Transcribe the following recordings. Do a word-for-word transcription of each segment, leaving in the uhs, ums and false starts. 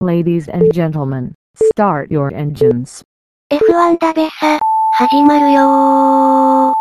Ladies and gentlemen, start your engines. エフワン ダベサ、始まるよー。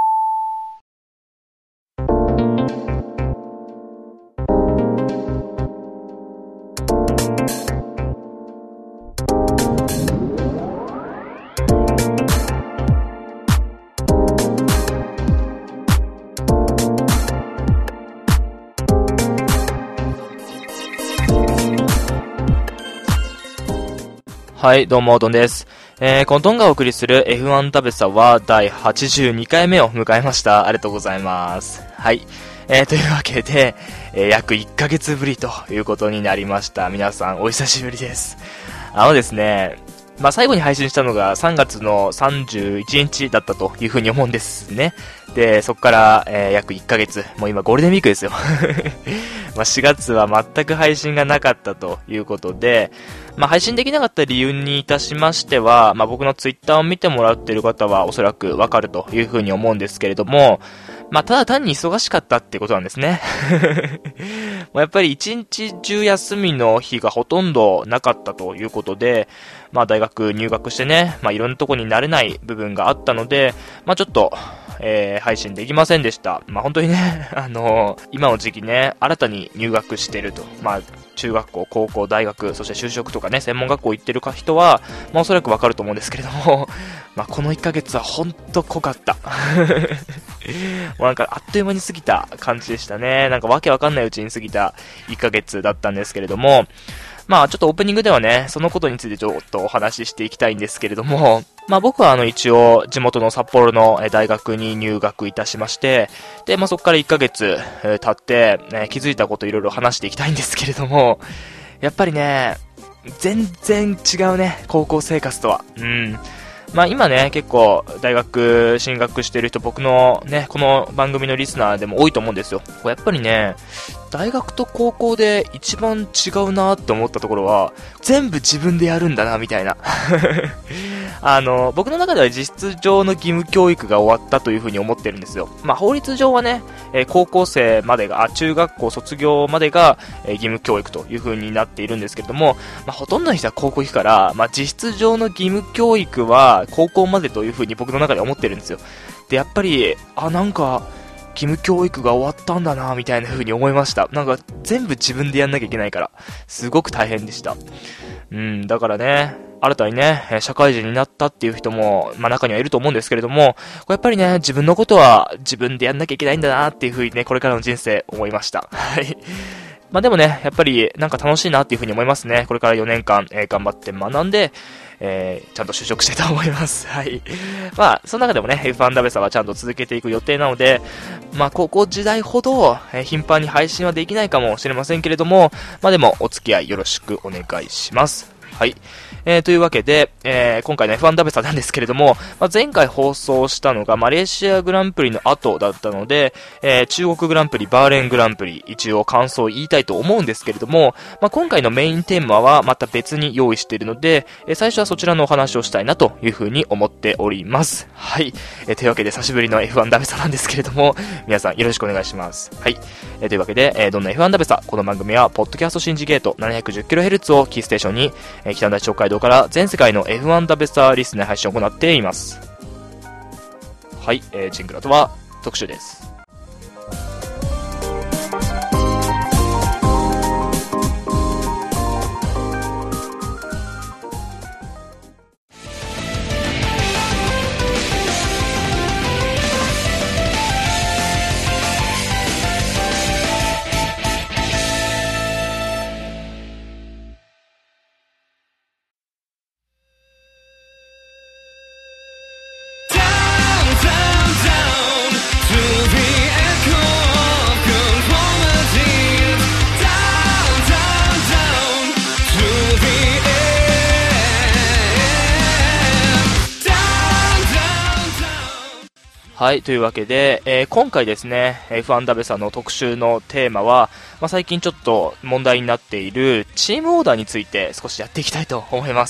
はい、どうも、ドンです。えー、このドンがお送りする エフワン ダベサはだいはちじゅうにかいめを迎えました。ありがとうございます。はい。えー、というわけで、えー、約いっかげつぶりということになりました。皆さん、お久しぶりです。あのですね、まあ、最後に配信したのがさんがつのさんじゅういちにちだったというふうに思うんですね。で、そこから、えー、約いっかげつ、もう今ゴールデンウィークですよ。まあしがつは全く配信がなかったということで、まあ配信できなかった理由にいたしましては、まあ僕のツイッターを見てもらっている方はおそらくわかるというふうに思うんですけれども、まあただ単に忙しかったってことなんですね。やっぱり一日中休みの日がほとんどなかったということで、まあ大学入学してね、まあいろんなとこに慣れない部分があったので、まあちょっと、えー、配信できませんでした。まあ本当にね、あのー、今の時期ね、新たに入学してると。まあ中学校、高校、大学、そして就職とかね、専門学校行ってる人は、まあおそらくわかると思うんですけれども、まあこのいっかげつはほんと濃かった。もうなんかあっという間に過ぎた感じでしたね。なんかわけわかんないうちに過ぎたいっかげつだったんですけれども、まあちょっとオープニングではね、そのことについてちょっとお話ししていきたいんですけれども、まあ僕はあの一応地元の札幌の大学に入学いたしまして、でまあそこからいっかげつ経って、ね、気づいたこといろいろ話していきたいんですけれども、やっぱりね、全然違うね、高校生活とは。うん。まあ今ね、結構大学進学してる人、僕のね、この番組のリスナーでも多いと思うんですよ。やっぱりね、大学と高校で一番違うなって思ったところは、全部自分でやるんだなみたいな。あの僕の中では実質上の義務教育が終わったというふうに思ってるんですよ。まあ法律上はね、えー、高校生までが、あ、中学校卒業までが、えー、義務教育というふうになっているんですけれども、まあほとんどの人は高校行くから、まあ実質上の義務教育は高校までというふうに僕の中で思ってるんですよ。で、やっぱり、あ、なんか、義務教育が終わったんだなみたいな風に思いました。なんか全部自分でやんなきゃいけないからすごく大変でした。うん、だからね、新たにね社会人になったっていう人もまあ中にはいると思うんですけれども、やっぱりね自分のことは自分でやんなきゃいけないんだなっていう風にねこれからの人生思いました。はい。まあでもね、やっぱりなんか楽しいなっていう風に思いますね。これからよねんかん、えー、頑張って学んで、えー、ちゃんと就職したいと思います。はい。まあ、その中でもね、エフワン ダベサはちゃんと続けていく予定なので、まあ、高校時代ほど、えー、頻繁に配信はできないかもしれませんけれども、まあでも、お付き合いよろしくお願いします。はい。えー、というわけで、えー、今回の エフワン ダベサなんですけれども、まあ、前回放送したのがマレーシアグランプリの後だったので、えー、中国グランプリ、バーレーングランプリ、一応感想を言いたいと思うんですけれども、まあ、今回のメインテーマはまた別に用意しているので、えー、最初はそちらのお話をしたいなというふうに思っております。はい。えー、というわけで久しぶりの エフワン ダベサなんですけれども、皆さんよろしくお願いします。はい。えー、というわけで、えー、どんな エフワン ダベサ、この番組は、ポッドキャストシンジゲート ななひゃくじゅっキロヘルツ をキーステーションに、えー、北大地北海道から全世界の エフワン ダベサリスナー配信を行っています。はい、えー、ジングラとは特集です。はい、というわけで、えー、今回ですね、エフワン ダベサの特集のテーマは、まあ、最近ちょっと問題になっているチームオーダーについて少しやっていきたいと思います。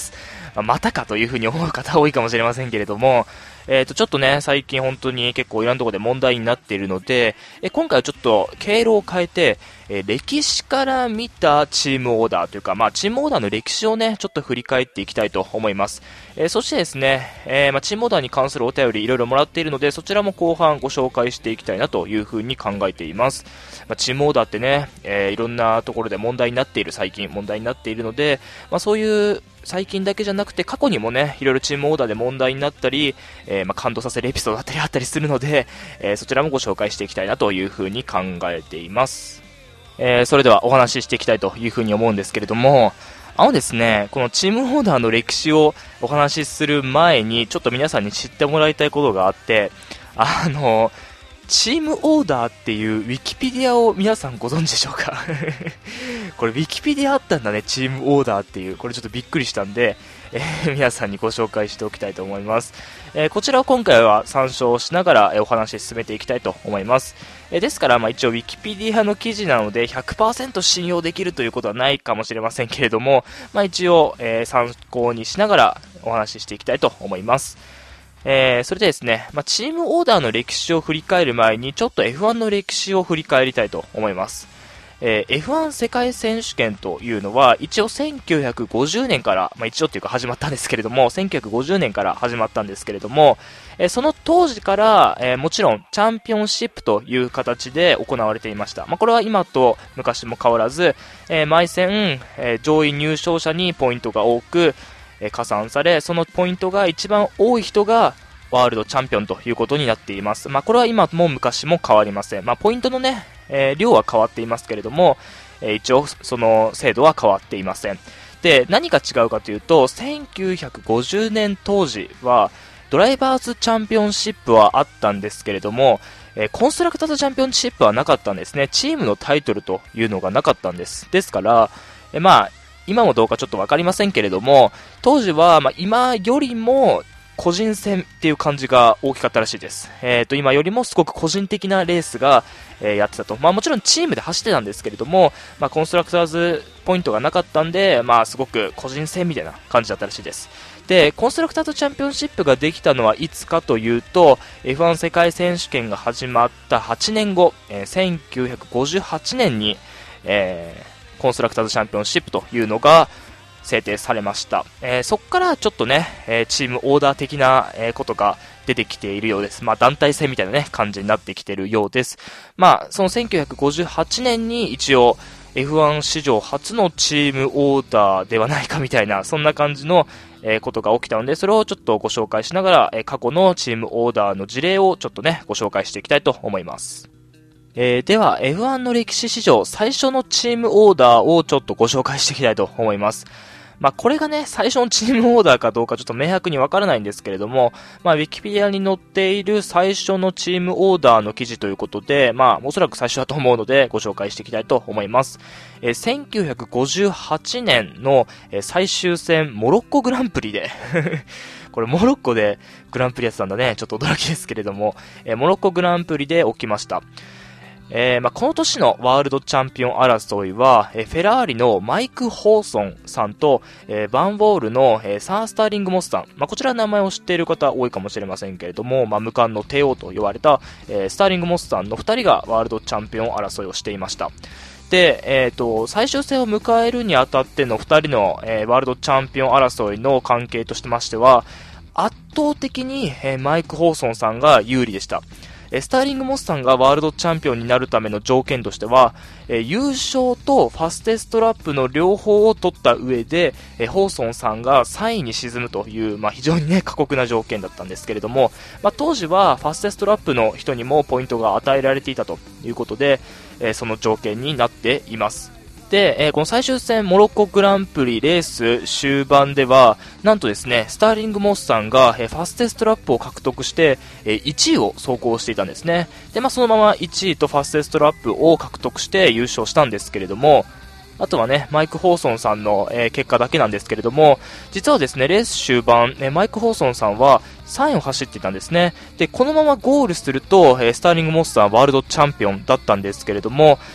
まあ、またかというふうに思う方多いかもしれませんけれども、えっと、ちょっとね、最近本当に結構いろんなところで問題になっているので、え今回はちょっと経路を変えて、え歴史から見たチームオーダーというか、まあ、チームオーダーの歴史をね、ちょっと振り返っていきたいと思います。えー、そしてですね、えー、まあ、チームオーダーに関するお便りいろいろもらっているので、そちらも後半ご紹介していきたいなというふうに考えています。まあ、チームオーダーってね、えー、いろんなところで問題になっている、最近問題になっているので、まあ、そういう最近だけじゃなくて過去にもね、いろいろチームオーダーで問題になったり、えー、まあ感動させるエピソードだったりあったりするので、えー、そちらもご紹介していきたいなというふうに考えています。えー、それではお話ししていきたいというふうに思うんですけれども、あのですね、このチームオーダーの歴史をお話しする前に、ちょっと皆さんに知ってもらいたいことがあって、あの、チームオーダーっていうウィキペディアを皆さんご存知でしょうかこれウィキペディアあったんだね、チームオーダーっていう。これちょっとびっくりしたんで、えー、皆さんにご紹介しておきたいと思います。えー、こちらを今回は参照しながら、えー、お話し進めていきたいと思います。えー、ですから、まあ、一応ウィキペディアの記事なので ひゃくパーセント 信用できるということはないかもしれませんけれども、まあ、一応、えー、参考にしながらお話ししていきたいと思います。えー、それでですね、まあ、チームオーダーの歴史を振り返る前にちょっと エフワン の歴史を振り返りたいと思います。えー、エフワン 世界選手権というのは一応せんきゅうひゃくごじゅうねんから、まあ、一応っていうか始まったんですけれども、せんきゅうひゃくごじゅうねんから始まったんですけれども、えー、その当時から、えー、もちろんチャンピオンシップという形で行われていました。まあ、これは今と昔も変わらず、えー、毎戦、えー、上位入賞者にポイントが多く、えー、加算され、そのポイントが一番多い人がワールドチャンピオンということになっています。まあ、これは今も昔も変わりません。まあ、ポイントのね、えー、量は変わっていますけれども、えー、一応その制度は変わっていません。で、何が違うかというと、せんきゅうひゃくごじゅうねん当時はドライバーズチャンピオンシップはあったんですけれども、えー、コンストラクターズチャンピオンシップはなかったんですね。チームのタイトルというのがなかったんです。ですから、えー、まあ今もどうかちょっとわかりませんけれども、当時はまあ今よりも個人戦っていう感じが大きかったらしいです。えっと、今よりもすごく個人的なレースが、えー、やってたと。まあもちろんチームで走ってたんですけれども、まあコンストラクターズポイントがなかったんで、まあすごく個人戦みたいな感じだったらしいです。で、コンストラクターズチャンピオンシップができたのはいつかというと、エフワン 世界選手権が始まったはちねんご、えー、せんきゅうひゃくごじゅうはちねんに、えー、コンストラクターズチャンピオンシップというのが、制定されました。えー、そこからちょっとね、えー、チームオーダー的な、えー、ことが出てきているようです。まあ団体戦みたいなね、感じになってきているようです。まあそのせんきゅうひゃくごじゅうはちねんに一応 エフワン 史上初のチームオーダーではないかみたいな、そんな感じの、えー、ことが起きたので、それをちょっとご紹介しながら、えー、過去のチームオーダーの事例をちょっとね、ご紹介していきたいと思います。えー、では エフワン の歴史史上最初のチームオーダーをちょっとご紹介していきたいと思います。まあこれがね、最初のチームオーダーかどうかちょっと明白にわからないんですけれども、まあウィキペディアに載っている最初のチームオーダーの記事ということで、まあおそらく最初だと思うのでご紹介していきたいと思います。えー、せんきゅうひゃくごじゅうはちねんの、えー、最終戦モロッコグランプリでこれモロッコでグランプリやってたんだね。ちょっと驚きですけれども、えー、モロッコグランプリで起きました。えーまあ、この年のワールドチャンピオン争いは、えー、フェラーリのマイク・ホーソンさんと、えー、バンウォールの、えー、サー・スターリング・モスさん、まあ、こちらの名前を知っている方多いかもしれませんけれども、まあ、無冠の帝王と言われた、えー、スターリング・モスさんのふたりがワールドチャンピオン争いをしていました。で、えーと、最終戦を迎えるにあたってのふたりの、えー、ワールドチャンピオン争いの関係としてましては、圧倒的に、えー、マイク・ホーソンさんが有利でした。スターリング・モスさんがワールドチャンピオンになるための条件としては、えー、優勝とファステストラップの両方を取った上で、えー、ホーソンさんがさんいに沈むという、まあ、非常にね過酷な条件だったんですけれども、まあ、当時はファステストラップの人にもポイントが与えられていたということで、えー、その条件になっています。で、えー、この最終戦モロッコグランプリレース終盤ではなんとですねスターリング・モスさんが、えー、ファステストラップを獲得して、えー、いちいを走行していたんですね。で、まあ、そのままいちいとファステストラップを獲得して優勝したんですけれども、あとはねマイク・ホーソンさんの、えー、結果だけなんですけれども、実はですねレース終盤、えー、マイク・ホーソンさんはさんいを走っていたんですね。で、このままゴールすると、えー、スターリング・モスさんはワールドチャンピオンだったんですけれども、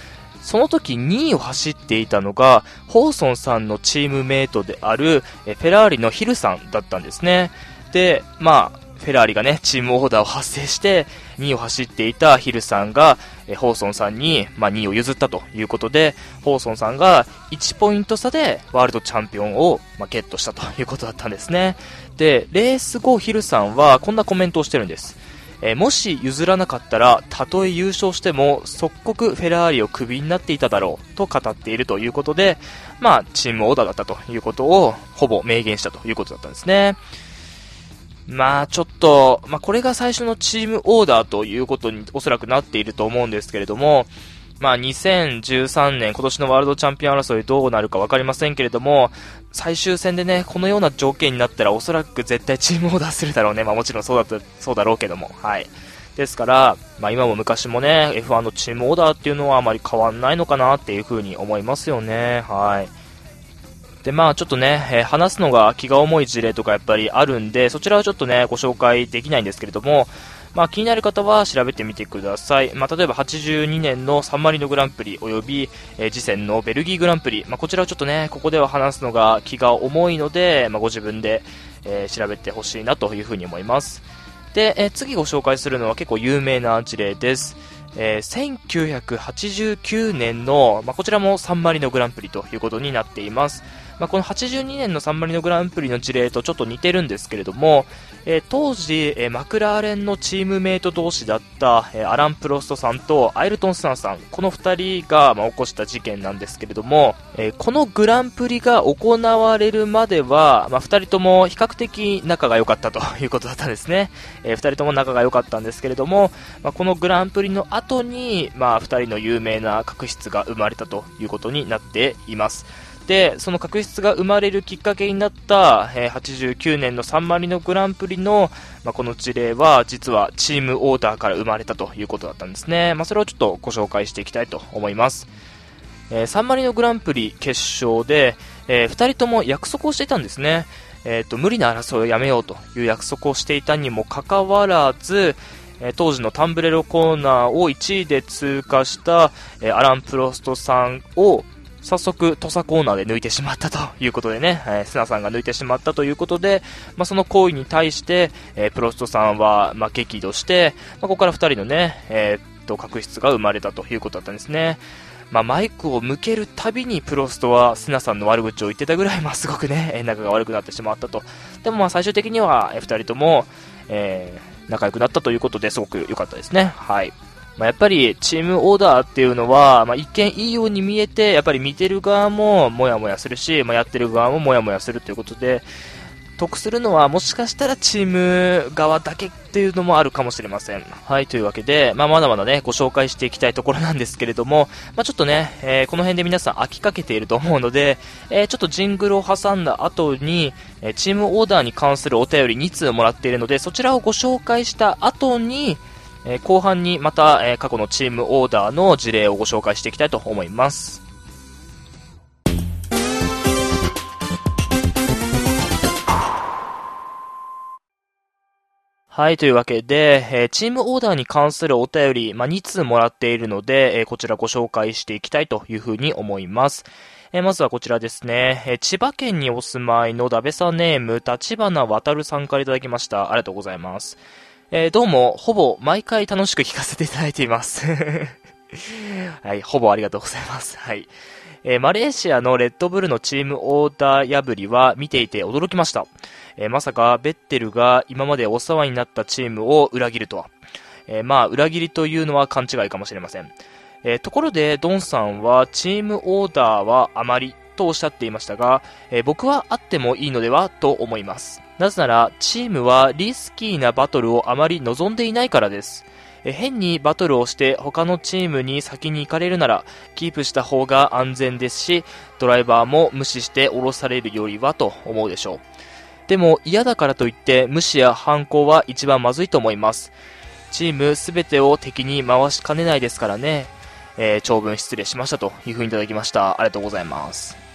その時にいを走っていたのが、ホーソンさんのチームメイトである、えフェラーリのヒルさんだったんですね。で、まあ、フェラーリがね、チームオーダーを発生して、にいを走っていたヒルさんが、えホーソンさんに、まあ、にいを譲ったということで、ホーソンさんがいちポイント差でワールドチャンピオンを、まあ、ゲットしたということだったんですね。で、レース後ヒルさんはこんなコメントをしてるんです。えー、もし譲らなかったら、たとえ優勝しても即刻フェラーリをクビになっていただろうと語っているということで、まあ、チームオーダーだったということをほぼ明言したということだったんですね。まあちょっと、まあこれが最初のチームオーダーということにおそらくなっていると思うんですけれども、まあにせんじゅうさんねん今年のワールドチャンピオン争いどうなるかわかりませんけれども、最終戦でね、このような条件になったらおそらく絶対チームオーダーするだろうね。まあもちろんそうだった、そうだろうけども、はい。ですから、まあ今も昔もね、エフワン のチームオーダーっていうのはあまり変わんないのかなっていうふうに思いますよね。はい。で、まあちょっとね、えー、話すのが気が重い事例とかやっぱりあるんで、そちらはちょっとね、ご紹介できないんですけれども、まあ気になる方は調べてみてください。まあ例えばはちじゅうにねんのサンマリノグランプリおよび、えー、次戦のベルギーグランプリ、まあこちらをちょっとね、ここでは話すのが気が重いので、まあご自分で、えー、調べてほしいなというふうに思います。で、えー、次ご紹介するのは結構有名な事例です。えー、せんきゅうひゃくはちじゅうきゅうねんの、まあ、こちらもサンマリノグランプリということになっています。まあ、このはちじゅうにねんのサンマリノグランプリの事例とちょっと似てるんですけれども、えー、当時、えー、マクラーレンのチームメイト同士だった、えー、アラン・プロストさんとアイルトン・スナンさん、このふたりが、まあ、起こした事件なんですけれども、えー、このグランプリが行われるまでは、まあ、ふたりとも比較的仲が良かったということだったんですね。えー、ふたりとも仲が良かったんですけれども、まあ、このグランプリの後に、まあ、ふたりの有名な確執が生まれたということになっています。で、その確執が生まれるきっかけになった、えー、はちじゅうきゅうねんのサンマリノグランプリの、まあ、この事例は実はチームオーダーから生まれたということだったんですね。まあ、それをちょっとご紹介していきたいと思います。えー、サンマリノグランプリ決勝で、えー、ふたりとも約束をしていたんですね。えーと、無理な争いをやめようという約束をしていたにもかかわらず、えー、当時のタンブレロコーナーをいちいで通過した、えー、アラン・プロストさんを早速、土佐コーナーで抜いてしまったということでね、えー、スナさんが抜いてしまったということで、まあ、その行為に対して、えー、プロストさんは、まあ、激怒して、まあ、ここからふたりのね、えー、っと、確執が生まれたということだったんですね。まあ、マイクを向けるたびにプロストはスナさんの悪口を言ってたぐらい、まあ、すごくね、仲が悪くなってしまったと。でもまあ、最終的には、えー、ふたりとも、えー、仲良くなったということですごく良かったですね。はい。まあ、やっぱりチームオーダーっていうのは、まあ、一見いいように見えて、やっぱり見てる側もモヤモヤするし、まあ、やってる側もモヤモヤするということで、得するのはもしかしたらチーム側だけっていうのもあるかもしれません。はい、というわけで、まあ、まだまだね、ご紹介していきたいところなんですけれども、まあ、ちょっとね、えー、この辺で皆さん飽きかけていると思うので、えー、ちょっとジングルを挟んだ後に、えー、チームオーダーに関するお便りに通もらっているので、そちらをご紹介した後に、えー、後半にまた、えー、過去のチームオーダーの事例をご紹介していきたいと思います。はい、というわけで、えー、チームオーダーに関するお便り、まあ、に通もらっているので、えー、こちらご紹介していきたいというふうに思います。えー、まずはこちらですね、えー、千葉県にお住まいのダベサネーム、立花渡さんからいただきました。ありがとうございます。えー、どうも、ほぼ毎回楽しく聞かせていただいています。はい、ほぼありがとうございます。はい。えー、マレーシアのレッドブルのチームオーダー破りは見ていて驚きました。えー、まさかベッテルが今までお世話になったチームを裏切るとは。えー、まあ、裏切りというのは勘違いかもしれません。えー、ところで、ドンさんはチームオーダーはあまりとおっしゃっていましたが、えー、僕はあってもいいのではと思います。なぜなら、チームはリスキーなバトルをあまり望んでいないからです。えー、変にバトルをして他のチームに先に行かれるなら、キープした方が安全ですし、ドライバーも無視して降ろされるよりはと思うでしょう。でも嫌だからといって無視や反抗は一番まずいと思います。チームすべてを敵に回しかねないですからね。えー、長文失礼しましたというふうにいただきました。ありがとうございます。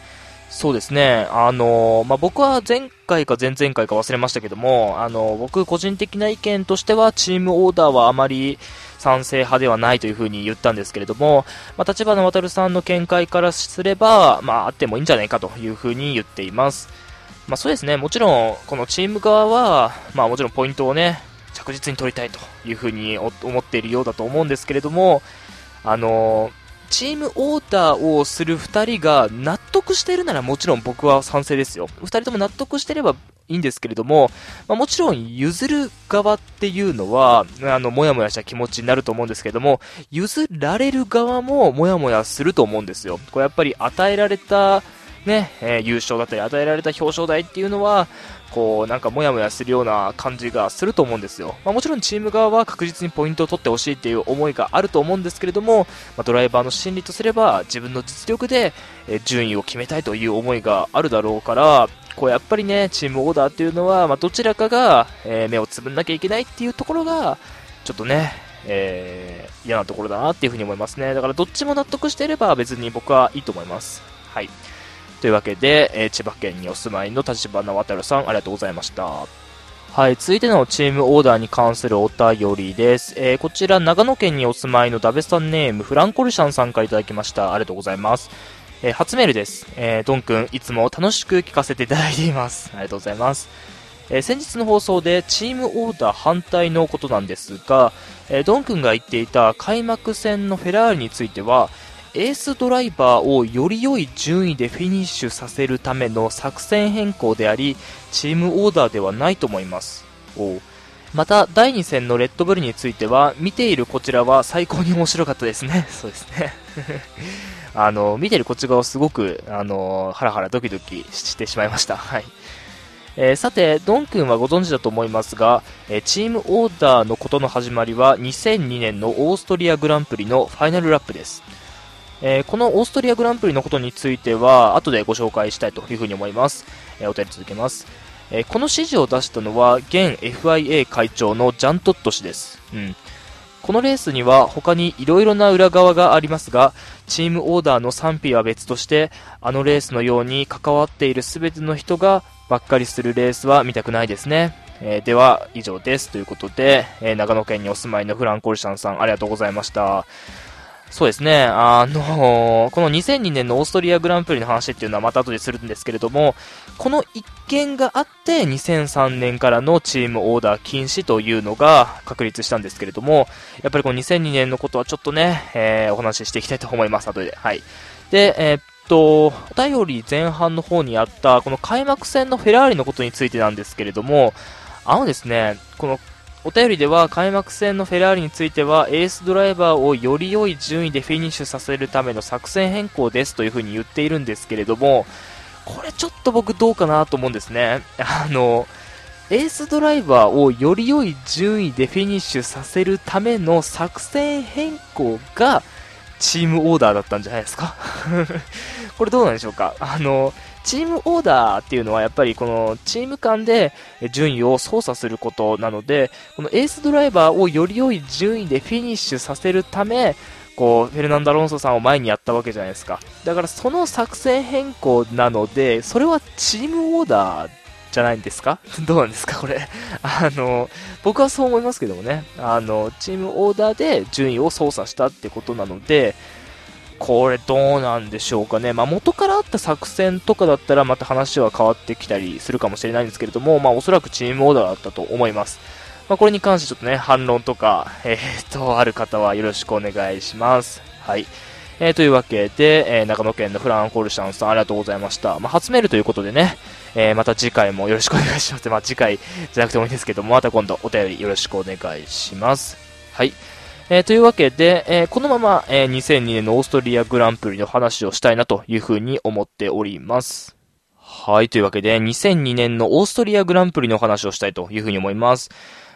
そうですね。あの、まあ、僕は前回か前々回か忘れましたけども、あの、僕個人的な意見としては、チームオーダーはあまり賛成派ではないというふうに言ったんですけれども、まあ、立花渡さんの見解からすれば、まあ、あってもいいんじゃないかというふうに言っています。まあ、そうですね。もちろん、このチーム側は、まあ、もちろんポイントをね、着実に取りたいというふうに思っているようだと思うんですけれども、あの、チームオーダーをするふたりが納得しているならもちろん僕は賛成ですよ。ふたりとも納得してればいいんですけれども、まあ、もちろん譲る側っていうのは、あの、もやもやした気持ちになると思うんですけれども、譲られる側ももやもやすると思うんですよ。これやっぱり与えられた、ね、えー、優勝だったり与えられた表彰台っていうのは、こう、なんかもやもやするような感じがすると思うんですよ。まあ、もちろんチーム側は確実にポイントを取ってほしいっていう思いがあると思うんですけれども、まあ、ドライバーの心理とすれば自分の実力で、えー、順位を決めたいという思いがあるだろうから、こうやっぱりね、チームオーダーっていうのは、まあ、どちらかが、えー、目をつぶんなきゃいけないっていうところが、ちょっとね、えー、嫌なところだなっていうふうに思いますね。だからどっちも納得していれば別に僕はいいと思います。はい。というわけで、えー、千葉県にお住まいの立花渡さん、ありがとうございました。はい、続いてのチームオーダーに関するお便りです。えー、こちら、長野県にお住まいのダベさんネーム、フランコルシャンさんからいただきました。ありがとうございます。えー、初メールです。えー、ドン君、いつも楽しく聞かせていただいています。ありがとうございます。えー、先日の放送でチームオーダー反対のことなんですが、えー、ドン君が言っていた開幕戦のフェラーリについては、エースドライバーをより良い順位でフィニッシュさせるための作戦変更であり、チームオーダーではないと思います。おまた、だいに戦のレッドブルについては、見ているこちらは最高に面白かったですね。そうですね。あの、見ているこっち側すごく、あの、ハラハラドキドキしてしまいました。はい。えー、さて、ドン君はご存知だと思いますが、えー、チームオーダーのことの始まりはにせんにねんのオーストリアグランプリのファイナルラップです。えー、このオーストリアグランプリのことについては後でご紹介したいというふうに思います。えー、お便り続けます。えー、この指示を出したのは現 エフアイエー 会長のジャントット氏です。うん、このレースには他に色々な裏側がありますが、チームオーダーの賛否は別として、あのレースのように関わっている全ての人がばっかりするレースは見たくないですね。えー、では以上ですということで、えー、長野県にお住まいのフランコルシャンさん、ありがとうございました。そうですね、あのー、このにせんにねんのオーストリアグランプリの話っていうのはまた後でするんですけれども、この一件があってにせんさんねんからのチームオーダー禁止というのが確立したんですけれども、やっぱりこのにせんにねんのことはちょっとね、えー、お話ししていきたいと思います、後で。はい。で、えー、っと、お便り前半の方にあったこの開幕戦のフェラーリのことについてなんですけれども、あのですね、このお便りでは開幕戦のフェラーリについてはエースドライバーをより良い順位でフィニッシュさせるための作戦変更ですというふうに言っているんですけれども、これちょっと僕どうかなと思うんですね。あのエースドライバーをより良い順位でフィニッシュさせるための作戦変更がチームオーダーだったんじゃないですか。これどうなんでしょうか。あのチームオーダーっていうのはやっぱりこのチーム間で順位を操作することなので、このエースドライバーをより良い順位でフィニッシュさせるため、こうフェルナンド・アロンソさんを前にやったわけじゃないですか。だからその作戦変更なので、それはチームオーダーじゃないんですか。どうなんですかこれ。あの僕はそう思いますけどもね。あのチームオーダーで順位を操作したってことなので、これどうなんでしょうかね。まあ、元からあった作戦とかだったらまた話は変わってきたりするかもしれないんですけれども、まあ、おそらくチームオーダーだったと思います。まあ、これに関してちょっとね、反論とか、えー、っと、ある方はよろしくお願いします。はい。えー、というわけで、えー、長野県のフランコルシャンさんありがとうございました。まあ、初メールということでね、えー、また次回もよろしくお願いします。まあ、次回じゃなくてもいいんですけども、また今度お便りよろしくお願いします。はい。えー、というわけで、えー、このまま、えー、にせんにねんのオーストリアグランプリの話をしたいなというふうに思っております。はい、というわけで、にせんにねんのオーストリアグランプリの話をしたいというふうに思います。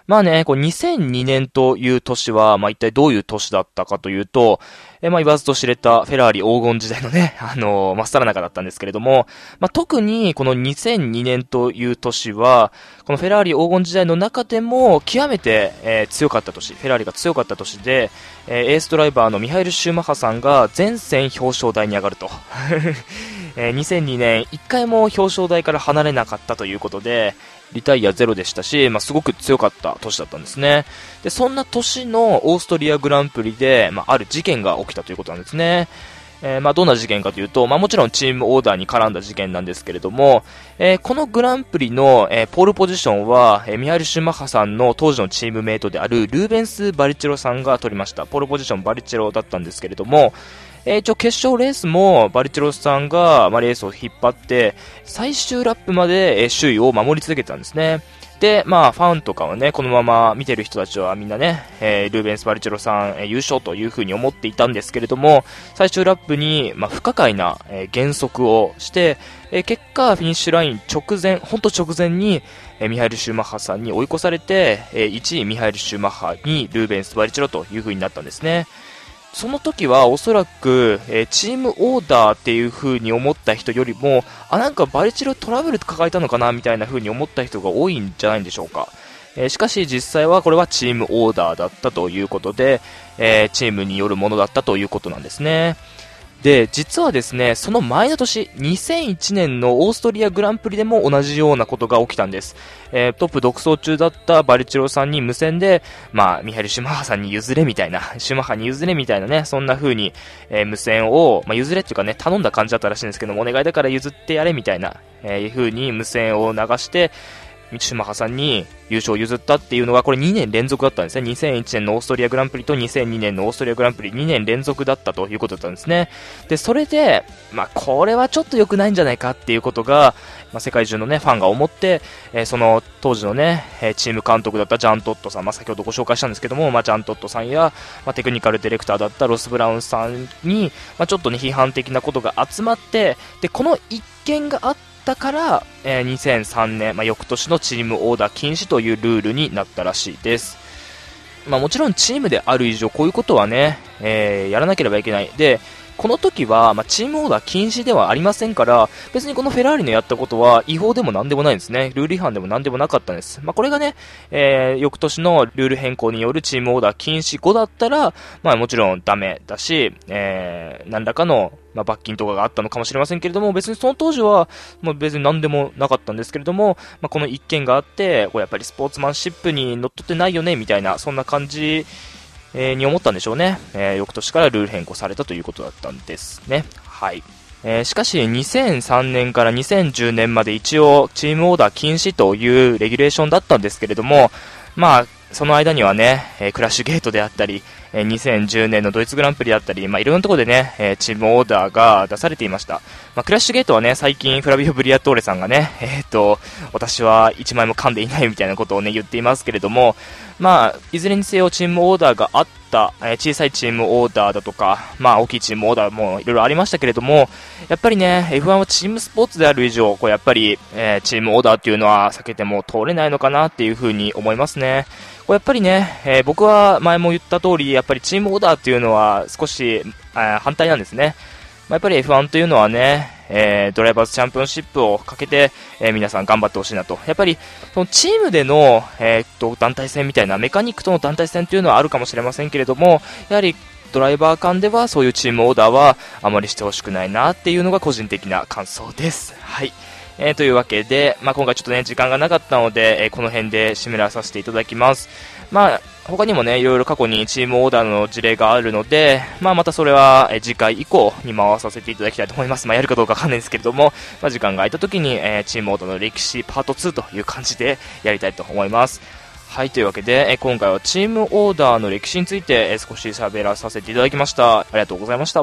まあね、こうにせんにねんという年は、まあ一体どういう年だったかというと、えまあ言わずと知れたフェラーリ黄金時代のね、あのー、真っ只中だったんですけれども、まあ特にこのにせんにねんという年は、このフェラーリ黄金時代の中でも極めて、えー、強かった年、フェラーリが強かった年で、えー、エースドライバーのミハエル・シューマッハさんが全戦表彰台に上がると。えー、にせんにねんいっかいも表彰台から離れなかったということで、リタイアゼロでしたし、まあ、すごく強かった年だったんですね。で、そんな年のオーストリアグランプリで、まあ、ある事件が起きたということなんですね。えー、まあ、どんな事件かというと、まあ、もちろんチームオーダーに絡んだ事件なんですけれども、えー、このグランプリの、えー、ポールポジションは、えー、ミハエル・シューマッハさんの当時のチームメイトであるルーベンス・バリチェロさんが取りました。ポールポジションバリチェロだったんですけれども、えー、一応決勝レースもバリチェロさんが、まあ、レースを引っ張って最終ラップまで、えー、首位を守り続けてたんですね。で、まあ、ファンとかはね、このまま見てる人たちはみんなね、えー、ルーベンス・バリチェロさん、えー、優勝という風に思っていたんですけれども、最終ラップに、まあ、不可解な、えー、減速をして、えー、結果、フィニッシュライン直前、ほんと直前に、えー、ミハエル・シューマッハさんに追い越されて、えー、いちいミハエル・シューマッハにルーベンス・バリチェロという風になったんですね。その時はおそらく、えー、チームオーダーっていう風に思った人よりも、あ、なんかバリチェロトラブル抱えたのかなみたいな風に思った人が多いんじゃないんでしょうか。えー、しかし実際はこれはチームオーダーだったということで、えー、チームによるものだったということなんですね。で、実はですね、その前の年、にせんいちねんのオーストリアグランプリでも同じようなことが起きたんです。えー、トップ独走中だったバリチェロさんに無線で、まあ、ミハエル・シュマッハさんに譲れみたいな、シュマッハに譲れみたいなね、そんな風に、えー、無線を、まあ、譲れっていうかね、頼んだ感じだったらしいんですけども、お願いだから譲ってやれみたいな、えー、風に無線を流して、シュマッハさんに優勝を譲ったっていうのがこれにねん連続だったんですね。にせんいちねんのオーストリアグランプリとにせんにねんのオーストリアグランプリにねん連続だったということだったんですね。で、それで、まあ、これはちょっと良くないんじゃないかっていうことが、まあ、世界中のね、ファンが思って、えー、その当時のね、えー、チーム監督だったジャン・トットさん、まあ、先ほどご紹介したんですけども、まあ、ジャン・トットさんや、まあ、テクニカルディレクターだったロス・ブラウンさんに、まあ、ちょっとね、批判的なことが集まって、で、この一件があって、だから、えー、にせんさんねん、まあ、翌年のチームオーダー禁止というルールになったらしいです。まあ、もちろんチームである以上こういうことはね、えー、やらなければいけない。で、この時は、まあ、チームオーダー禁止ではありませんから、別にこのフェラーリのやったことは違法でもなんでもないんですね。ルール違反でもなんでもなかったんです。まあ、これがね、えー、翌年のルール変更によるチームオーダー禁止後だったら、まあ、もちろんダメだし、えー、何らかの、まあ、罰金とかがあったのかもしれませんけれども、別にその当時は、もう別に何でもなかったんですけれども、まあ、この一件があって、こうやっぱりスポーツマンシップにのっとってないよね、みたいな、そんな感じ、えー、に思ったんでしょうね。えー、翌年からルール変更されたということだったんですね。はい。えー、しかしにせんさんねんからにせんじゅうねんまで一応チームオーダー禁止というレギュレーションだったんですけれども、まあ、その間にはね、えー、クラッシュゲートであったり、えー、にせんじゅうねんのドイツグランプリだったり、まあ、いろんなところでね、えー、チームオーダーが出されていました。まあ、クラッシュゲートはね、最近フラビオ・ブリアトーレさんがね、えっと、私はいちまいも噛んでいないみたいなことをね、言っていますけれども、まあ、いずれにせよチームオーダーがあった、えー、小さいチームオーダーだとか、まあ、大きいチームオーダーもいろいろありましたけれども、やっぱりね、エフワン はチームスポーツである以上、こうやっぱり、えー、チームオーダーっていうのは避けても通れないのかなっていうふうに思いますね。これやっぱりね、えー、僕は前も言った通り、やっぱりチームオーダーっていうのは少し、えー、反対なんですね。まあ、やっぱり エフワン というのはね、えー、ドライバーズチャンピオンシップをかけて、えー、皆さん頑張ってほしいなと。やっぱり、そのチームでの、えー、っと、団体戦みたいな、メカニックとの団体戦というのはあるかもしれませんけれども、やはり、ドライバー間ではそういうチームオーダーはあまりしてほしくないなっていうのが個人的な感想です。はい。えー、というわけで、まあ、今回ちょっとね、時間がなかったので、えー、この辺で締めらさせていただきます。まあ、他にもね、いろいろ過去にチームオーダーの事例があるので、まあ、またそれは、えー、次回以降に回させていただきたいと思います。まあ、やるかどうかわかんないんですけれども、まあ、時間が空いた時に、えー、チームオーダーの歴史パートツーという感じでやりたいと思います。はい、というわけで、えー、今回はチームオーダーの歴史について、えー、少し喋らさせていただきました。ありがとうございました。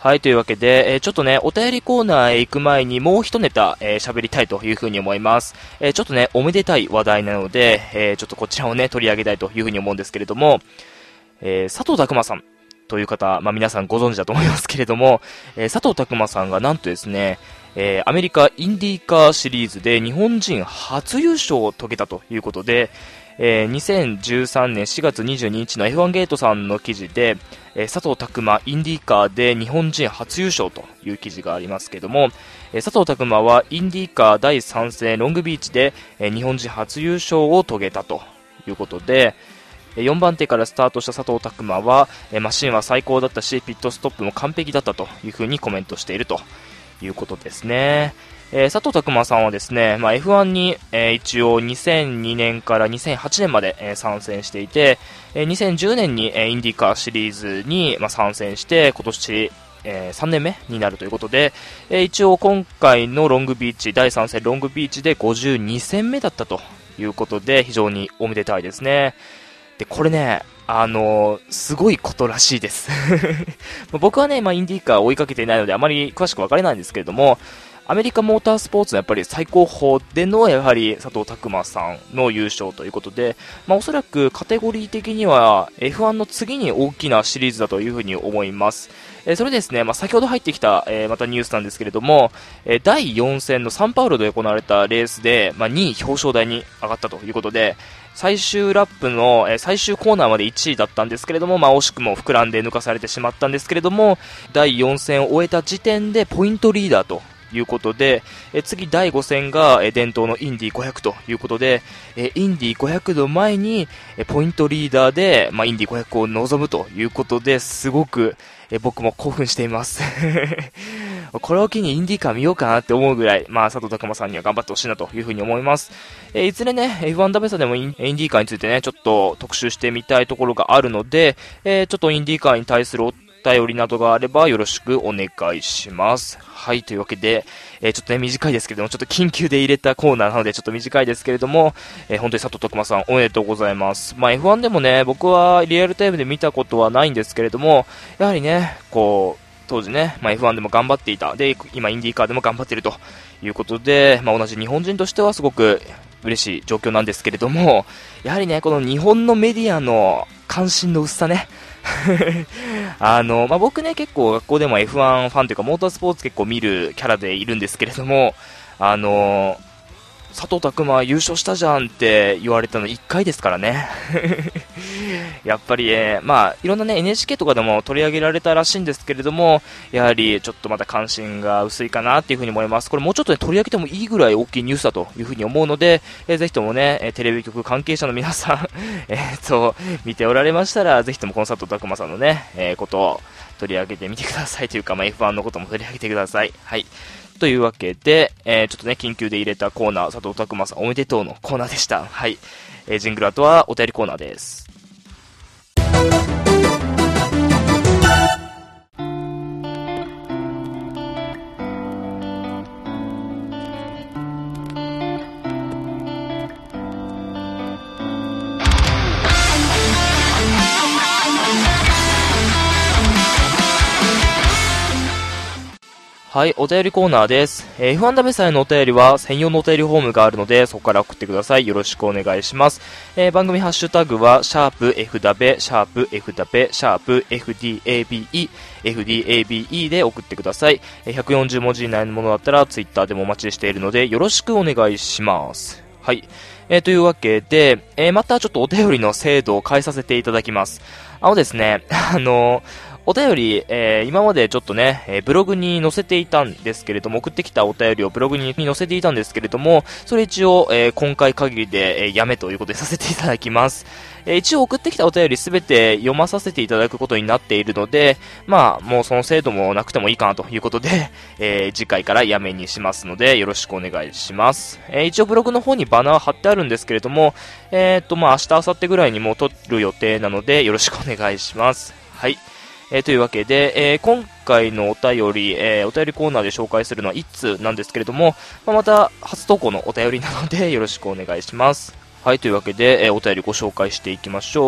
はい、というわけで、えー、ちょっとね、お便りコーナーへ行く前にもう一ネタ、えー、喋りたいというふうに思います。えー、ちょっとね、おめでたい話題なので、えー、ちょっとこちらをね、取り上げたいというふうに思うんですけれども、えー、佐藤拓馬さんという方、まあ、皆さんご存知だと思いますけれども、えー、佐藤拓馬さんがなんとですね、えー、アメリカインディーカーシリーズで日本人初優勝を遂げたということで、えー、にせんじゅうさんねんしがつにじゅうににちの エフワン ゲートさんの記事で、えー、佐藤拓馬インディーカーで日本人初優勝という記事がありますけども、えー、佐藤拓馬はインディーカーだいさん戦ロングビーチで、えー、日本人初優勝を遂げたということで、よんばん手からスタートした佐藤拓馬は、えー、マシンは最高だったしピットストップも完璧だったというふうにコメントしているということですね。えー、佐藤拓馬さんはですね、まあ、エフワン に、えー、一応にせんにねんからにせんはちねんまで、えー、参戦していて、えー、にせんじゅうねんに、えー、インディカーシリーズに、まあ、参戦して今年、えー、さんねんめになるということで、えー、一応今回のロングビーチだいさん戦ロングビーチでごじゅうに戦目だったということで非常におめでたいですね。でこれね、あのー、すごいことらしいです僕はね、まあ、インディーカーを追いかけていないのであまり詳しく分かれないんですけれども、アメリカモータースポーツのやっぱり最高峰でのやはり佐藤拓馬さんの優勝ということで、まあ、おそらくカテゴリー的には エフワン の次に大きなシリーズだというふうに思います。えー、それですね、まあ、先ほど入ってきた、えー、またニュースなんですけれども、えー、だいよん戦のサンパウロで行われたレースで、まあ、にい表彰台に上がったということで、最終ラップの、えー、最終コーナーまでいちいだったんですけれども、まあ、惜しくも膨らんで抜かされてしまったんですけれども、だいよん戦を終えた時点でポイントリーダーということで、え次だいご戦が、え伝統のインディごひゃくということで、えインディごひゃくの前に、えポイントリーダーで、まあ、インディごひゃくを望むということで、すごく、え僕も興奮していますこれを機にインディカー見ようかなって思うぐらい、まあ、佐藤拓馬さんには頑張ってほしいなというふうに思います。えいずれね エフワン ダベサでもインディーカーについてねちょっと特集してみたいところがあるので、えー、ちょっとインディーカーに対するお便りなどがあればよろしくお願いします。はい、というわけで、えー、ちょっとね短いですけれども、ちょっと緊急で入れたコーナーなのでちょっと短いですけれども、えー、本当に佐藤拓馬さんおめでとうございます。まあ エフワン でもね僕はリアルタイムで見たことはないんですけれども、やはりねこう当時ね、まあ、エフワン でも頑張っていた、で今インディーカーでも頑張っているということで、まあ、同じ日本人としてはすごく嬉しい状況なんですけれども、やはりねこの日本のメディアの関心の薄さねあの、まあ、僕ね結構学校でも エフワン ファンというかモータースポーツ結構見るキャラでいるんですけれども、あの佐藤拓馬優勝したじゃんって言われたのいっかいですからねやっぱり、えー、まあいろんなね エヌエイチケー とかでも取り上げられたらしいんですけれども、やはりちょっとまだ関心が薄いかなっていうふうに思います。これもうちょっと、ね、取り上げてもいいぐらい大きいニュースだというふうに思うので、えー、ぜひともね、えー、テレビ局関係者の皆さんえっと見ておられましたら、ぜひともこの佐藤拓馬さんのね、えー、ことを取り上げてみてくださいというか、まあ、エフワン のことも取り上げてください。はい、というわけで、えー、ちょっとね緊急で入れたコーナー、佐藤拓馬さんおめでとうのコーナーでした。はい、えー、ジングル後はお便りコーナーです。はい、お便りコーナーです。えー、エフワン ダベサへのお便りは専用のお便りフォームがあるので、そこから送ってください。よろしくお願いします。えー、番組ハッシュタグは、シャープ F ダベ、シャープ F ダベ、シャープ エフディーエービーイー、エフディーエービーイー で送ってください。えー、ひゃくよんじゅう文字以内のものだったら、ツイッターでもお待ちしているので、よろしくお願いします。はい。えー、というわけで、えー、またちょっとお便りの精度を変えさせていただきます。あのですね、あのー、お便り、えー、今までちょっとね、えー、ブログに載せていたんですけれども、送ってきたお便りをブログに載せていたんですけれども、それ一応、えー、今回限りで、えー、やめということでさせていただきます。えー、一応送ってきたお便りすべて読まさせていただくことになっているので、まあ、もうその精度もなくてもいいかなということで、えー、次回からやめにしますので、よろしくお願いします。えー、一応ブログの方にバナー貼ってあるんですけれども、えー、っと、まあ、明日、明後日ぐらいにもう撮る予定なので、よろしくお願いします。はい。えー、というわけで、えー、今回のお便り、えー、お便りコーナーで紹介するのはいっつうなんですけれども、まあ、また初投稿のお便りなのでよろしくお願いします。はい、というわけで、えー、お便りご紹介していきましょう。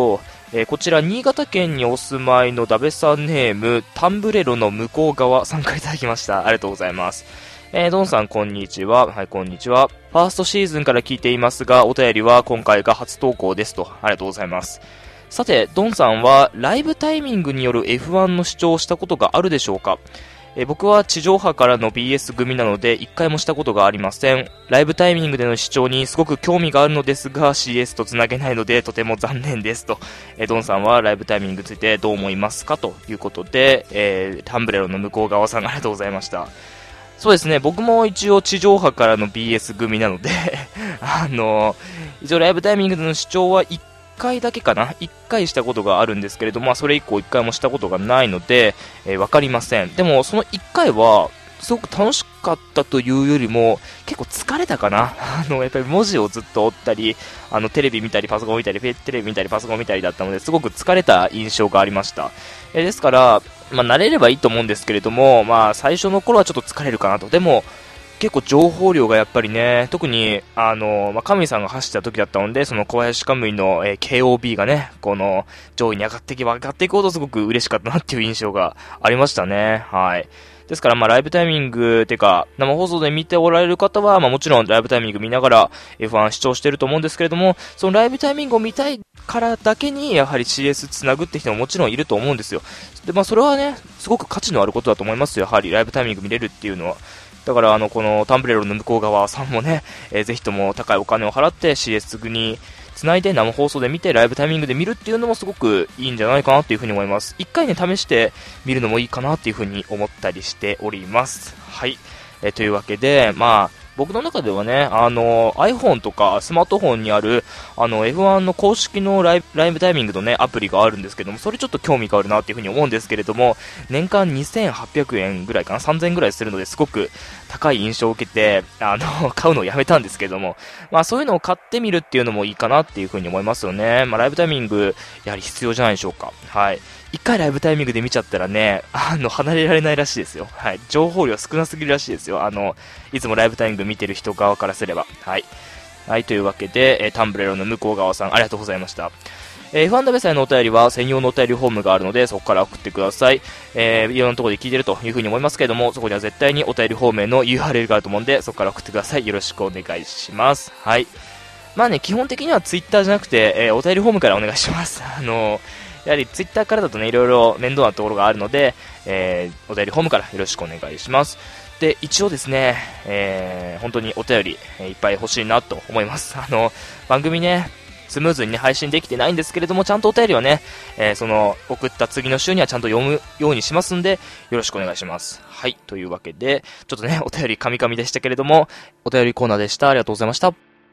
えー、こちら新潟県にお住まいのダベさんネームタンブレロの向こう側さんからいただきました。ありがとうございます。えー、ドンさんこんにちは。はい、こんにちは。ファーストシーズンから聞いていますが、お便りは今回が初投稿ですと。ありがとうございます。さて、ドンさんはライブタイミングによる エフワン の視聴をしたことがあるでしょうか？えー、僕は地上波からの ビーエス 組なので一回もしたことがありません。ライブタイミングでの視聴にすごく興味があるのですが シーエス とつなげないのでとても残念ですと。えー、ドンさんはライブタイミングについてどう思いますかということで、えー、タンブレロの向こう側さんありがとうございました。そうですね、僕も一応地上波からの ビーエス 組なのであの一応ライブタイミングでの視聴はいっかいだけかな、いっかいしたことがあるんですけれども、それ以降いっかいもしたことがないので、えー、わかりません。でもそのいっかいはすごく楽しかったというよりも結構疲れたかな。あのやっぱり文字をずっと追ったり、あのテレビ見たりパソコン見たりテレビ見たりパソコン見たりだったのですごく疲れた印象がありました。えー、ですからまあ、慣れればいいと思うんですけれども、まあ、最初の頃はちょっと疲れるかなと。でも、結構情報量がやっぱりね、特に、あの、まあ、カムイさんが走った時だったので、その小林カムイの、えー、ケーオービー がね、この上位に上がっていけば上がっていくほどすごく嬉しかったなっていう印象がありましたね。はい。ですから、まあ、ライブタイミング、てか、生放送で見ておられる方は、まあ、もちろんライブタイミング見ながら エフワン 視聴してると思うんですけれども、そのライブタイミングを見たいからだけに、やはり シーエス つなぐって人ももちろんいると思うんですよ。で、まあ、それはね、すごく価値のあることだと思いますよ。やはりライブタイミング見れるっていうのは。だから、あの、このタンブレロの向こう側さんもね、えー、ぜひとも高いお金を払って シーエス につないで生放送で見てライブタイミングで見るっていうのもすごくいいんじゃないかなっていうふうに思います。一回ね、試してみるのもいいかなっていうふうに思ったりしております。はい。えー、というわけで、まあ、僕の中ではね、あの iPhone とかスマートフォンにあるあの エフワン の公式のライブ、ライブタイミングのねアプリがあるんですけども、それちょっと興味があるなっていうふうに思うんですけれども、年間にせんはっぴゃくえんぐらいかな、さんぜんえんぐらいするのですごく高い印象を受けて、あの買うのをやめたんですけども、まあそういうのを買ってみるっていうのもいいかなっていうふうに思いますよね。まあライブタイミングやはり必要じゃないでしょうか。はい。一回ライブタイミングで見ちゃったらね、あの、離れられないらしいですよ。はい。情報量少なすぎるらしいですよ。あの、いつもライブタイミング見てる人側からすれば。はい。はい、というわけで、えー、タンブレロの向こう側さん、ありがとうございました。えー、エフワン ダベサイのお便りは専用のお便りフォームがあるので、そこから送ってください。えー、いろんなところで聞いてるというふうに思いますけれども、そこには絶対にお便りフォームへの ユーアールエル があると思うんで、そこから送ってください。よろしくお願いします。はい。まあね、基本的にはツイッターじゃなくて、えー、お便りフォームからお願いします。あのー、やはりツイッターからだとね、いろいろ面倒なところがあるので、えー、お便りフォームからよろしくお願いします。で、一応ですね、えー、本当にお便り、えー、いっぱい欲しいなと思います。あの、番組ね、スムーズにね、配信できてないんですけれども、ちゃんとお便りをね、えー、その、送った次の週にはちゃんと読むようにしますんで、よろしくお願いします。はい、というわけで、ちょっとね、お便りカミカミでしたけれども、お便りコーナーでした。ありがとうございました。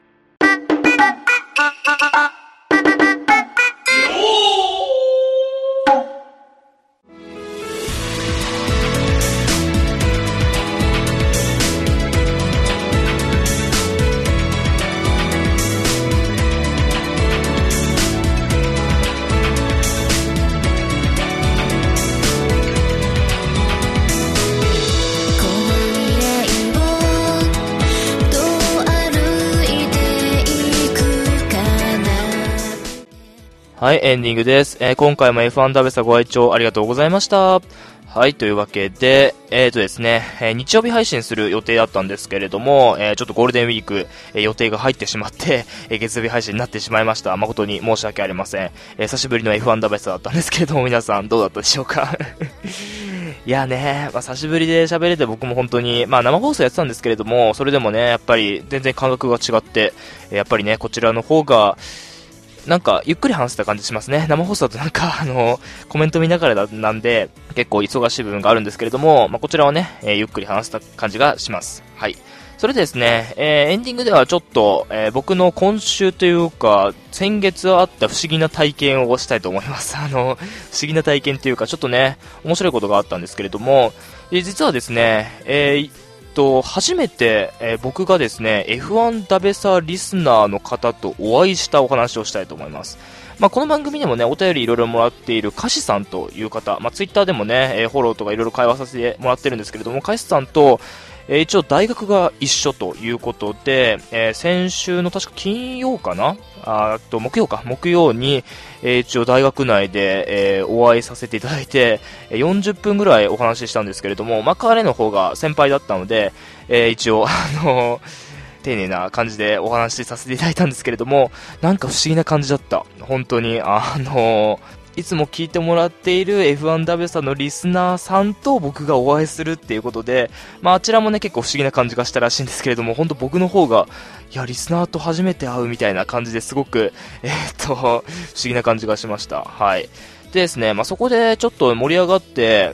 はい、エンディングです。えー、今回も エフワン ダベサご愛聴ありがとうございました。はい、というわけで、えーとですね、えー、日曜日配信する予定だったんですけれども、えー、ちょっとゴールデンウィーク、えー、予定が入ってしまって、えー、月曜日配信になってしまいました。誠に申し訳ありません。えー、久しぶりの エフワン ダベサだったんですけれども、皆さんどうだったでしょうかいやね、まあ、久しぶりで喋れて僕も本当に、まあ生放送やってたんですけれども、それでもね、やっぱり全然感覚が違って、やっぱりね、こちらの方が、なんか、ゆっくり話せた感じしますね。生放送だとなんか、あの、コメント見ながらなんで、結構忙しい部分があるんですけれども、まあ、こちらはね、えー、ゆっくり話せた感じがします。はい。それでですね、えー、エンディングではちょっと、えー、僕の今週というか、先月あった不思議な体験をしたいと思います。あの、不思議な体験というか、ちょっとね、面白いことがあったんですけれども、えー、実はですね、えー、と初めて、えー、僕がですね エフワン ダベサリスナーの方とお会いしたお話をしたいと思います。まあ、この番組でもねお便りいろいろもらっているカシさんという方、まあ、ツイッターでもね、えー、フォローとかいろいろ会話させてもらってるんですけれども、カシさんと、 えー、一応大学が一緒ということで、えー、先週の確か金曜かなあと木曜か木曜に、えー、一応大学内で、えー、お会いさせていただいてよんじゅっぷんぐらいお話ししたんですけれども、まあ、彼の方が先輩だったので、えー、一応あのー、丁寧な感じでお話しさせていただいたんですけれども、なんか不思議な感じだった。本当にあのーいつも聞いてもらっている エフワンダブリュー さんのリスナーさんと僕がお会いするっていうことで、まああちらもね結構不思議な感じがしたらしいんですけれども、本当僕の方が、いやリスナーと初めて会うみたいな感じですごく、えー、っと、不思議な感じがしました。はい。でですね、まあそこでちょっと盛り上がって、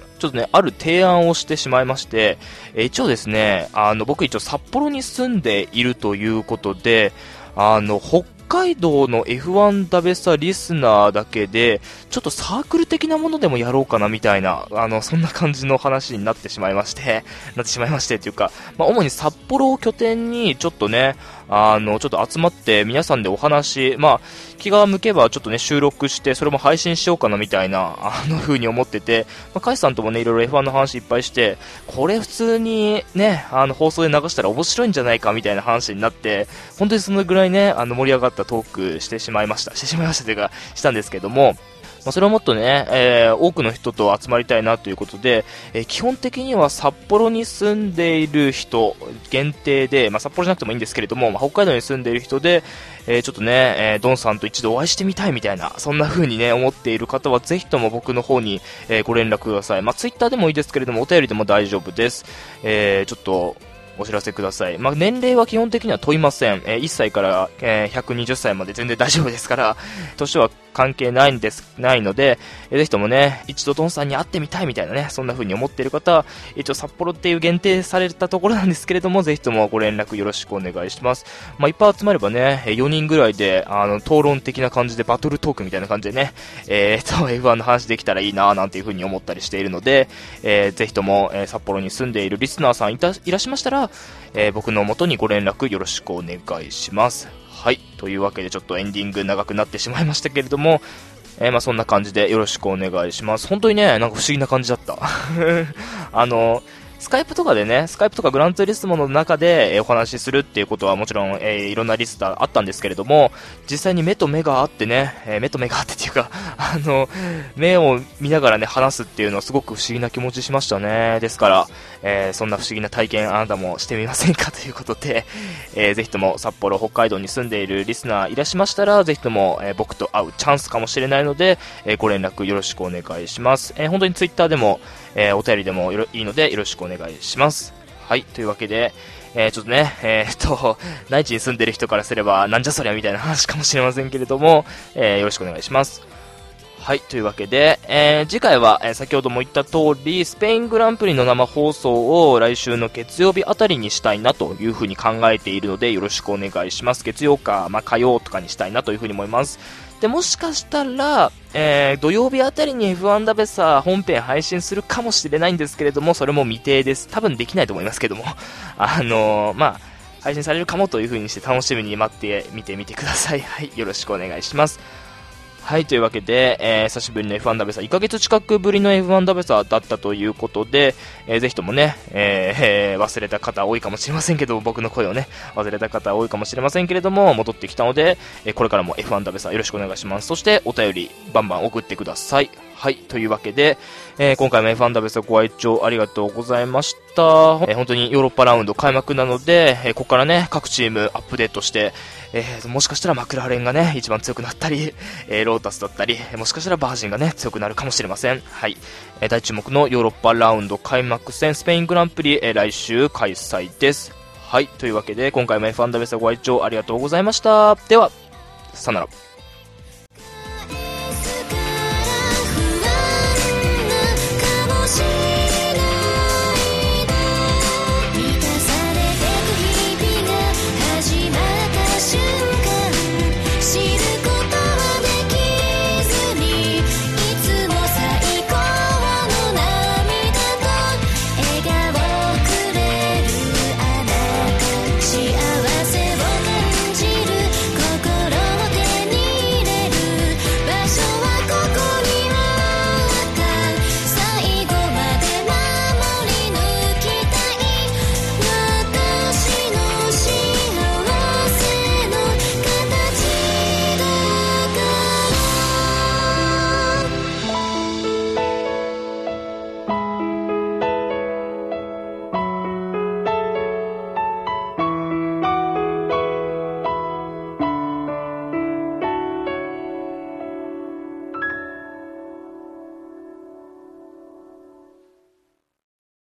ちょっとね、ある提案をしてしまいまして、えー、一応ですね、あの僕一応札幌に住んでいるということで、あの、北北海道の エフワン ダベサリスナーだけでちょっとサークル的なものでもやろうかなみたいな、あのそんな感じの話になってしまいましてなってしまいましてというか、まあ、主に札幌を拠点にちょっとね、あのちょっと集まって皆さんでお話、まあ気が向けばちょっとね収録してそれも配信しようかなみたいなあの風に思ってて、まあ、カイさんともねいろいろ エフワン の話いっぱいして、これ普通にねあの放送で流したら面白いんじゃないかみたいな話になって、本当にそのぐらいねあの盛り上がったトークしてしまいましたしてしまいましたというかしたんですけども、まあ、それをもっとね、えー、多くの人と集まりたいなということで、えー、基本的には札幌に住んでいる人限定で、まあ、札幌じゃなくてもいいんですけれども、まあ、北海道に住んでいる人で、えー、ちょっとね、えー、ドンさんと一度お会いしてみたいみたいな、そんな風にね、思っている方はぜひとも僕の方に、えー、ご連絡ください。まあ、ツイッターでもいいですけれども、お便りでも大丈夫です。えー、ちょっと、お知らせください。まあ、年齢は基本的には問いません。えー、いっさいから、えー、ひゃくにじゅっさいまで全然大丈夫ですから、年は関係ないんです、ないので、えー、ぜひともね、一度ドンさんに会ってみたいみたいなね、そんな風に思っている方は、一応札幌っていう限定されたところなんですけれども、ぜひともご連絡よろしくお願いします。まあ、いっぱい集まればね、よにんぐらいで、あの、討論的な感じでバトルトークみたいな感じでね、えーと、エフワン の話できたらいいなぁなんていう風に思ったりしているので、えー、ぜひとも、えー、札幌に住んでいるリスナーさんいた、いらっしゃいましたら、えー、僕の元にご連絡よろしくお願いします。はい。というわけでちょっとエンディング長くなってしまいましたけれども、えー、まあそんな感じでよろしくお願いします。本当にね、なんか不思議な感じだった。あの、スカイプとかでね、スカイプとかグランツーリスモの中で、えー、お話しするっていうことはもちろん、えー、いろんなリスターあったんですけれども、実際に目と目があってね、えー、目と目があってっていうか、あの、目を見ながらね、話すっていうのはすごく不思議な気持ちしましたね。ですから、えー、そんな不思議な体験あなたもしてみませんかということで、えー、ぜひとも札幌、北海道に住んでいるリスナーいらっしゃいましたら、ぜひとも、えー、僕と会うチャンスかもしれないので、えー、ご連絡よろしくお願いします。えー、本当にツイッターでも、えー、お便りでもよろいいのでよろしくお願いします。はい、というわけで、えー、ちょっとね、えー、っと、内地に住んでる人からすれば、なんじゃそりゃみたいな話かもしれませんけれども、えー、よろしくお願いします。はい、というわけで、えー、次回は、えー、先ほども言った通り、スペイングランプリの生放送を来週の月曜日あたりにしたいなというふうに考えているので、よろしくお願いします。月曜か、まあ、火曜とかにしたいなというふうに思います。で、もしかしたら、えー、土曜日あたりに エフワン ダベサ本編配信するかもしれないんですけれども、それも未定です。多分できないと思いますけども。あのー、まあ、配信されるかもという風にして楽しみに待ってみてみてください。はい、よろしくお願いします。はい、というわけで、えー、久しぶりの エフワン ダベサ、いっかげつ近くぶりの エフワン ダベサだったということで、えー、ぜひともね、えー、忘れた方多いかもしれませんけど、僕の声をね、忘れた方多いかもしれませんけれども、戻ってきたので、えー、これからも エフワン ダベサよろしくお願いします。そして、お便り、バンバン送ってください。はい、というわけで、えー、今回も エフワン ダベサご愛聴ありがとうございました。えー、本当にヨーロッパラウンド開幕なので、えー、ここからね、各チームアップデートして、えー、もしかしたらマクラーレンがね、一番強くなったり、えー、ロータスだったり、もしかしたらバージンがね、強くなるかもしれません。はい。えー、大注目のヨーロッパラウンド開幕戦、スペイングランプリ、えー、来週開催です。はい。というわけで、今回も エフワン ダベサご愛聴ありがとうございました。では、さよなら。